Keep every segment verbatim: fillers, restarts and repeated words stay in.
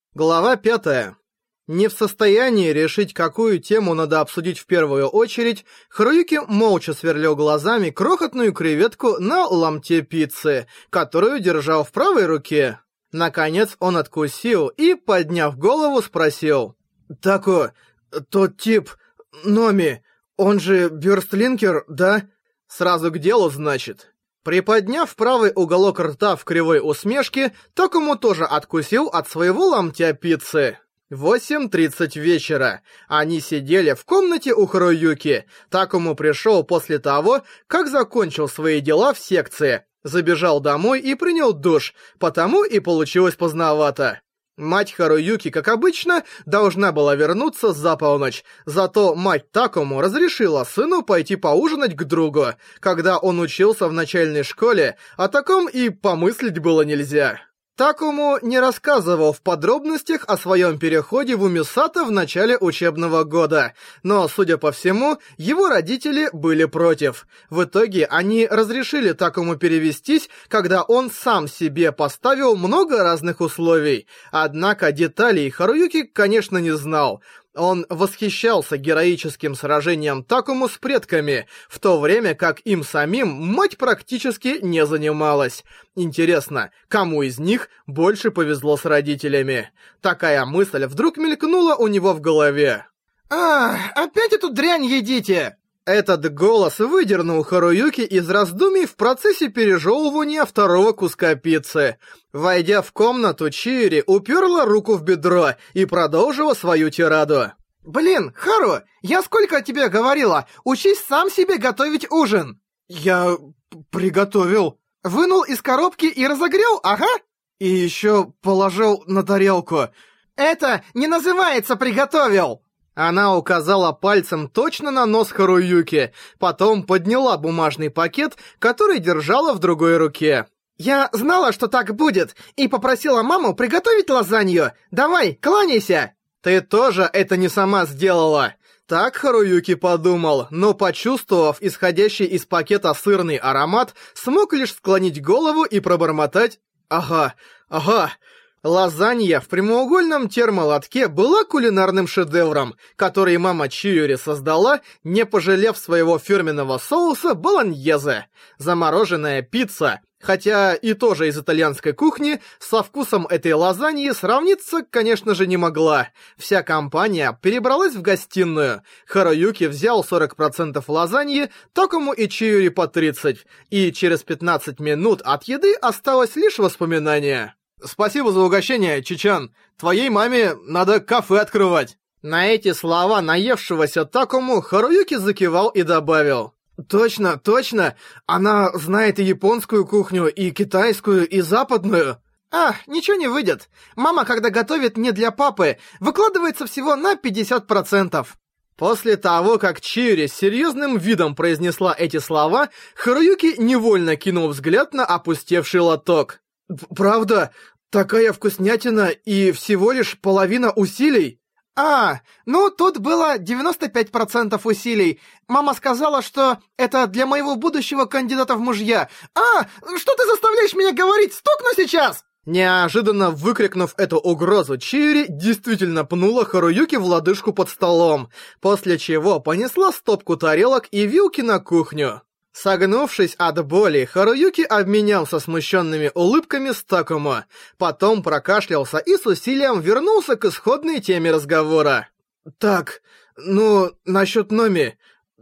Глава пятая. Не в состоянии решить, какую тему надо обсудить в первую очередь, Харуюки молча сверлил глазами крохотную креветку на ломте пиццы, которую держал в правой руке. Наконец он откусил и, подняв голову, спросил. «Тако, тот тип, Номи, он же Бёрстлинкер, да?» «Сразу к делу, значит». Приподняв правый уголок рта в кривой усмешке, Такому тоже откусил от своего ломтя пиццы. восемь тридцать вечера. Они сидели в комнате у Харуюки. Такому пришел после того, как закончил свои дела в секции. Забежал домой и принял душ, потому и получилось поздновато. Мать Харуюки, как обычно, должна была вернуться за полночь. Зато мать Такому разрешила сыну пойти поужинать к другу. Когда он учился в начальной школе, о таком и помыслить было нельзя. Такому не рассказывал в подробностях о своем переходе в Умисато в начале учебного года, но, судя по всему, его родители были против. В итоге они разрешили Такому перевестись, когда он сам себе поставил много разных условий. Однако деталей Харуюки, конечно, не знал. Он восхищался героическим сражением Такому с предками, в то время как им самим мать практически не занималась. Интересно, кому из них больше повезло с родителями? Такая мысль вдруг мелькнула у него в голове. «Ах, опять эту дрянь едите!» Этот голос выдернул Харуюки из раздумий в процессе пережевывания второго куска пиццы. Войдя в комнату, Чиури уперла руку в бедро и продолжила свою тираду. «Блин, Хару, я сколько тебе говорила, учись сам себе готовить ужин!» «Я приготовил». «Вынул из коробки и разогрел, ага?» «И еще положил на тарелку». «Это не называется «приготовил». Она указала пальцем точно на нос Харуюки, потом подняла бумажный пакет, который держала в другой руке. «Я знала, что так будет, и попросила маму приготовить лазанью. Давай, кланяйся!» «Ты тоже это не сама сделала!» Так Харуюки подумал, но, почувствовав исходящий из пакета сырный аромат, смог лишь склонить голову и пробормотать «Ага, ага». Лазанья в прямоугольном термолотке была кулинарным шедевром, который мама Чиури создала, не пожалев своего фирменного соуса болоньезе. Замороженная пицца, хотя и тоже из итальянской кухни, со вкусом этой лазаньи сравниться, конечно же, не могла. Вся компания перебралась в гостиную. Харуюки взял сорок процентов лазаньи, Такому и Чиури по тридцать процентов, и через пятнадцать минут от еды осталось лишь воспоминание. «Спасибо за угощение, Чичан. Твоей маме надо кафе открывать». На эти слова наевшегося Такому Харуюки закивал и добавил. «Точно, точно. Она знает и японскую кухню, и китайскую, и западную». «А, ничего не выйдет. Мама, когда готовит не для папы, выкладывается всего на пятьдесят процентов». После того, как Чиури с серьезным видом произнесла эти слова, Харуюки невольно кинул взгляд на опустевший лоток. «Правда? Такая вкуснятина и всего лишь половина усилий?» «А, ну тут было девяносто пять процентов усилий. Мама сказала, что это для моего будущего кандидата в мужья. А, что ты заставляешь меня говорить? Стукну сейчас!» Неожиданно выкрикнув эту угрозу, Чиури действительно пнула Харуюки в лодыжку под столом, после чего понесла стопку тарелок и вилки на кухню. Согнувшись от боли, Харуюки обменялся смущенными улыбками с Такому, потом прокашлялся и с усилием вернулся к исходной теме разговора. «Так, ну, насчет Номи.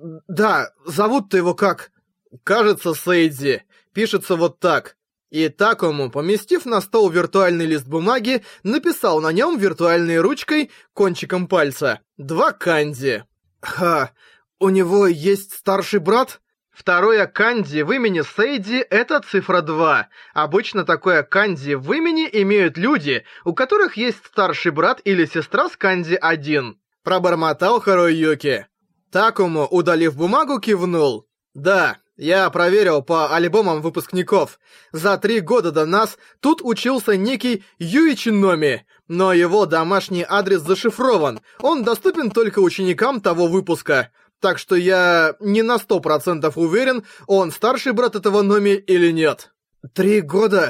Да, зовут-то его как?» «Кажется, Сейдзи. Пишется вот так». И Такому, поместив на стол виртуальный лист бумаги, написал на нем виртуальной ручкой, кончиком пальца, два канзи. «Ха, у него есть старший брат?» Второе канзи в имени Сейдзи — это цифра два. Обычно такое канзи в имени имеют люди, у которых есть старший брат или сестра с канзи один. Пробормотал Харуюки. Такому, удалив бумагу, кивнул. «Да, я проверил по альбомам выпускников. За три года до нас тут учился некий Юичи Номи, но его домашний адрес зашифрован. Он доступен только ученикам того выпуска. Так что я не на сто процентов уверен, он старший брат этого Номи или нет». «Три года?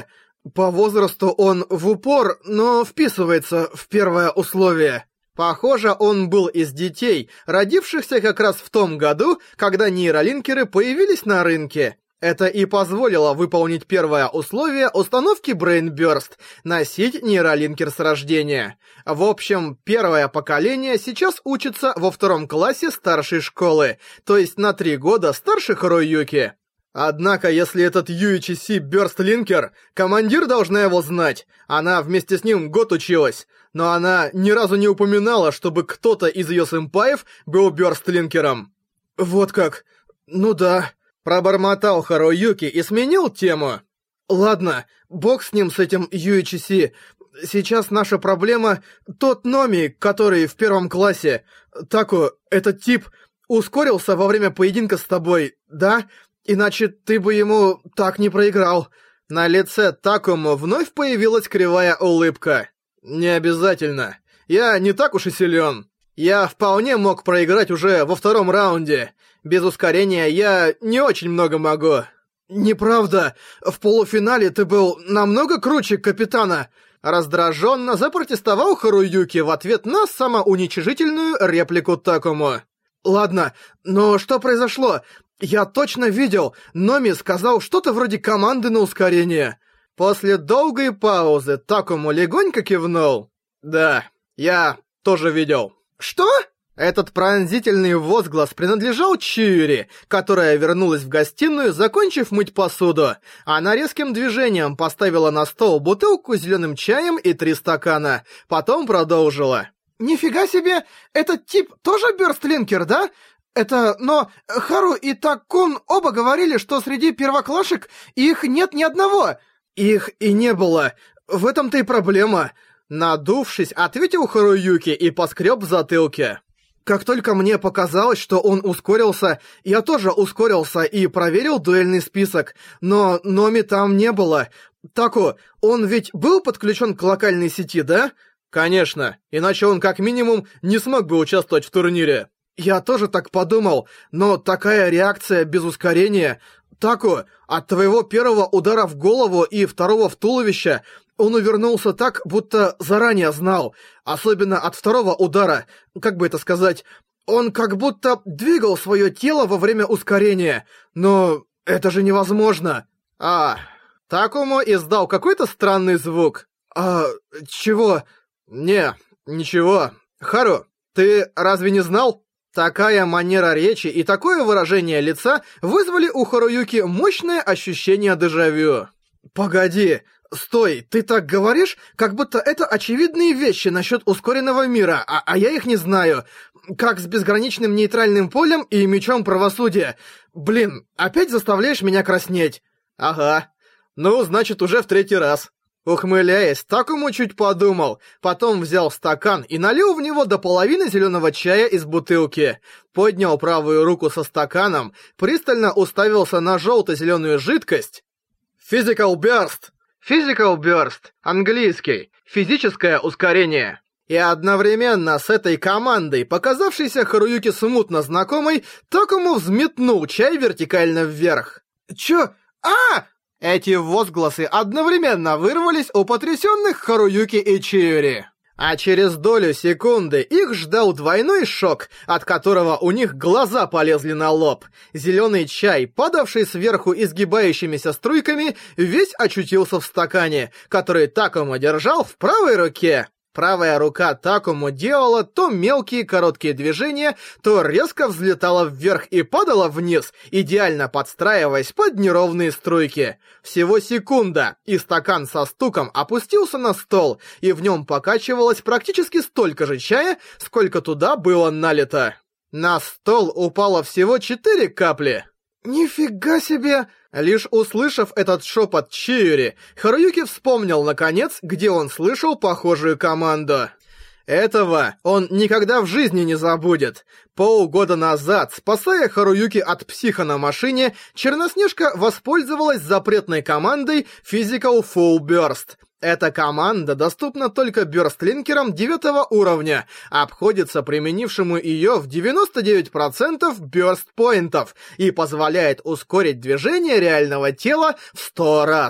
По возрасту он в упор, но вписывается в первое условие. Похоже, он был из детей, родившихся как раз в том году, когда нейролинкеры появились на рынке. Это и позволило выполнить первое условие установки Brain Burst — носить нейролинкер с рождения. В общем, первое поколение сейчас учится во втором классе старшей школы, то есть на три года старше Харуюки. Однако, если этот ю эйч си Burst Linker, командир должна его знать. Она вместе с ним год училась, но она ни разу не упоминала, чтобы кто-то из ее сэмпаев был Burst Linker'ом. Вот как? Ну да. Пробормотал Харуюки и сменил тему. Ладно, бог с ним, с этим ю эйч си. Сейчас наша проблема — тот Номи, который в первом классе. Таку, этот тип, ускорился во время поединка с тобой, да? Иначе ты бы ему так не проиграл. На лице Такому вновь появилась кривая улыбка. Не обязательно. Я не так уж и силен. Я вполне мог проиграть уже во втором раунде. Без ускорения я не очень много могу. Неправда. В полуфинале ты был намного круче капитана. Раздраженно запротестовал Харуюки в ответ на самоуничижительную реплику Такому. Ладно, но что произошло? Я точно видел, Номи сказал что-то вроде команды на ускорение. После долгой паузы Такому легонько кивнул. Да, я тоже видел. Что? Этот пронзительный возглас принадлежал Чиури, которая вернулась в гостиную, закончив мыть посуду. Она резким движением поставила на стол бутылку с зеленым чаем и три стакана. Потом продолжила. «Нифига себе! Этот тип тоже бёрстлинкер, да? Это... но Хару и Такун оба говорили, что среди первоклашек их нет ни одного!» «Их и не было. В этом-то и проблема». Надувшись, ответил Харуюки и поскреб в затылке. Как только мне показалось, что он ускорился, я тоже ускорился и проверил дуэльный список, но Номи там не было. Таку, он ведь был подключен к локальной сети, да? Конечно, иначе он как минимум не смог бы участвовать в турнире. Я тоже так подумал, но такая реакция без ускорения... Таку, от твоего первого удара в голову и второго в туловище он увернулся так, будто заранее знал. Особенно от второго удара, как бы это сказать, он как будто двигал свое тело во время ускорения. Но это же невозможно. А, Такому издал какой-то странный звук. А, чего? Не, ничего. Хару, ты разве не знал? Такая манера речи и такое выражение лица вызвали у Харуюки мощное ощущение дежавю. «Погоди, стой, ты так говоришь, как будто это очевидные вещи насчет ускоренного мира, а, а я их не знаю. Как с безграничным нейтральным полем и мечом правосудия. Блин, опять заставляешь меня краснеть». «Ага, ну, значит, уже в третий раз». Ухмыляясь, Такому чуть подумал, потом взял стакан и налил в него до половины зеленого чая из бутылки, поднял правую руку со стаканом, пристально уставился на желто-зеленую жидкость. Physical Burst. Physical Burst. Английский. Физическое ускорение. И одновременно с этой командой, показавшейся Харуюки смутно знакомой, Такому взметнул чай вертикально вверх. Чё? А! Эти возгласы одновременно вырвались у потрясенных Харуюки и Чиури. А через долю секунды их ждал двойной шок, от которого у них глаза полезли на лоб. Зеленый чай, падавший сверху изгибающимися струйками, весь очутился в стакане, который Такому держал в правой руке. Правая рука Такому делала то мелкие короткие движения, то резко взлетала вверх и падала вниз, идеально подстраиваясь под неровные струйки. Всего секунда, и стакан со стуком опустился на стол, и в нем покачивалось практически столько же чая, сколько туда было налито. На стол упало всего четыре капли. «Нифига себе!» Лишь услышав этот шепот Чиури, Харуюки вспомнил, наконец, где он слышал похожую команду. Этого он никогда в жизни не забудет. Полгода назад, спасая Харуюки от психа на машине, Черноснежка воспользовалась запретной командой Physical Full Burst. Эта команда доступна только бёрстлинкерам девятого уровня, обходится применившему ее в девяносто девять процентов бёрст-поинтов и позволяет ускорить движение реального тела в сто раз.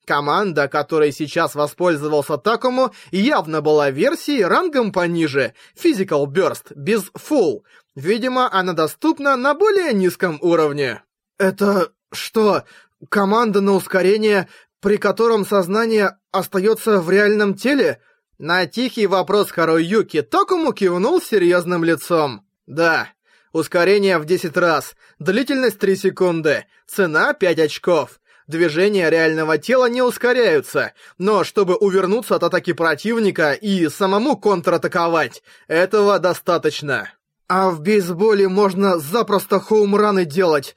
Команда, которой сейчас воспользовался Такому, явно была версией рангом пониже, Physical Burst, без Full. Видимо, она доступна на более низком уровне. Это что, команда на ускорение, при котором сознание остается в реальном теле? На тихий вопрос Харуюки Такому кивнул с серьезным лицом. Да, ускорение в десять раз, длительность три секунды, цена пять очков. Движения реального тела не ускоряются, но чтобы увернуться от атаки противника и самому контратаковать, этого достаточно. А в бейсболе можно запросто хоумраны делать.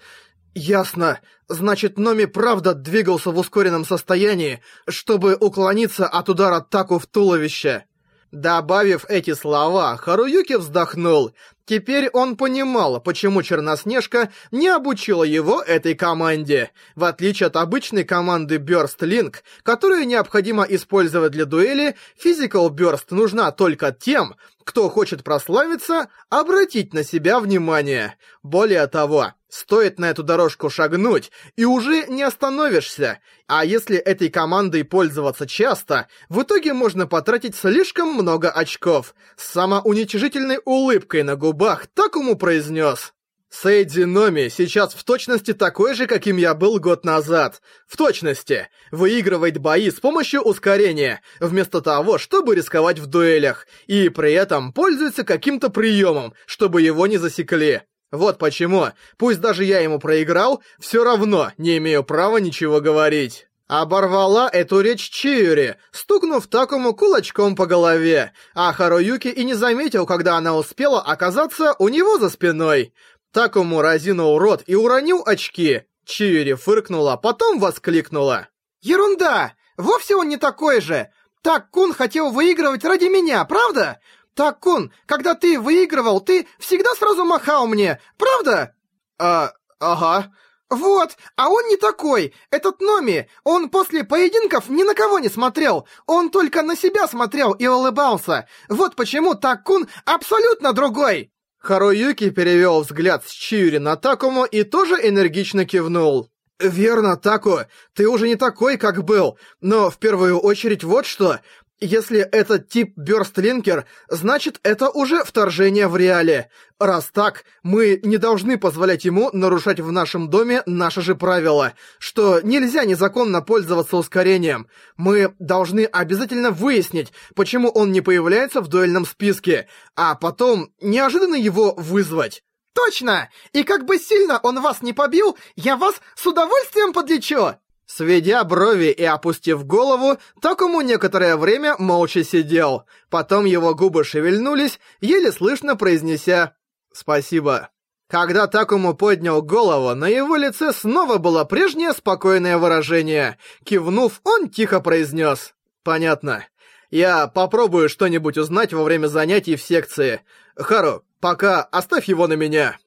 Ясно. Значит, Номи правда двигался в ускоренном состоянии, чтобы уклониться от удара Таку в туловище. Добавив эти слова, Харуюки вздохнул. Теперь он понимал, почему Черноснежка не обучила его этой команде. В отличие от обычной команды Burst Link, которую необходимо использовать для дуэли, Physical Burst нужна только тем, кто хочет прославиться, обратить на себя внимание. Более того, стоит на эту дорожку шагнуть, и уже не остановишься. А если этой командой пользоваться часто, в итоге можно потратить слишком много очков. С самоуничижительной улыбкой на губах Такому произнес: «Сейдзи Номи сейчас в точности такой же, каким я был год назад. В точности. Выигрывает бои с помощью ускорения, вместо того, чтобы рисковать в дуэлях. И при этом пользуется каким-то приемом, чтобы его не засекли. Вот почему, пусть даже я ему проиграл, все равно не имею права ничего говорить». Оборвала эту речь Чиури, стукнув Такому кулачком по голове, а Харуюки и не заметил, когда она успела оказаться у него за спиной. Такому разинул рот и уронил очки. Чиури фыркнула, потом воскликнула: «Ерунда! Вовсе он не такой же! Так-кун хотел выигрывать ради меня, правда? Так-кун, когда ты выигрывал, ты всегда сразу махал мне, правда?» «А... ага». «Вот, а он не такой. Этот Номи, он после поединков ни на кого не смотрел. Он только на себя смотрел и улыбался. Вот почему Так-кун абсолютно другой». Харуюки перевел взгляд с Чиури на Такому и тоже энергично кивнул. «Верно, Таку, ты уже не такой, как был. Но в первую очередь вот что. Если этот тип бёрстлинкер, значит это уже вторжение в реале. Раз так, мы не должны позволять ему нарушать в нашем доме наши же правила, что нельзя незаконно пользоваться ускорением. Мы должны обязательно выяснить, почему он не появляется в дуэльном списке, а потом неожиданно его вызвать». «Точно! И как бы сильно он вас не побил, я вас с удовольствием подлечу!» Сведя брови и опустив голову, Такому некоторое время молча сидел. Потом его губы шевельнулись, еле слышно произнеся «Спасибо». Когда Такому поднял голову, на его лице снова было прежнее спокойное выражение. Кивнув, он тихо произнес: «Понятно. Я попробую что-нибудь узнать во время занятий в секции. Хару, пока оставь его на меня».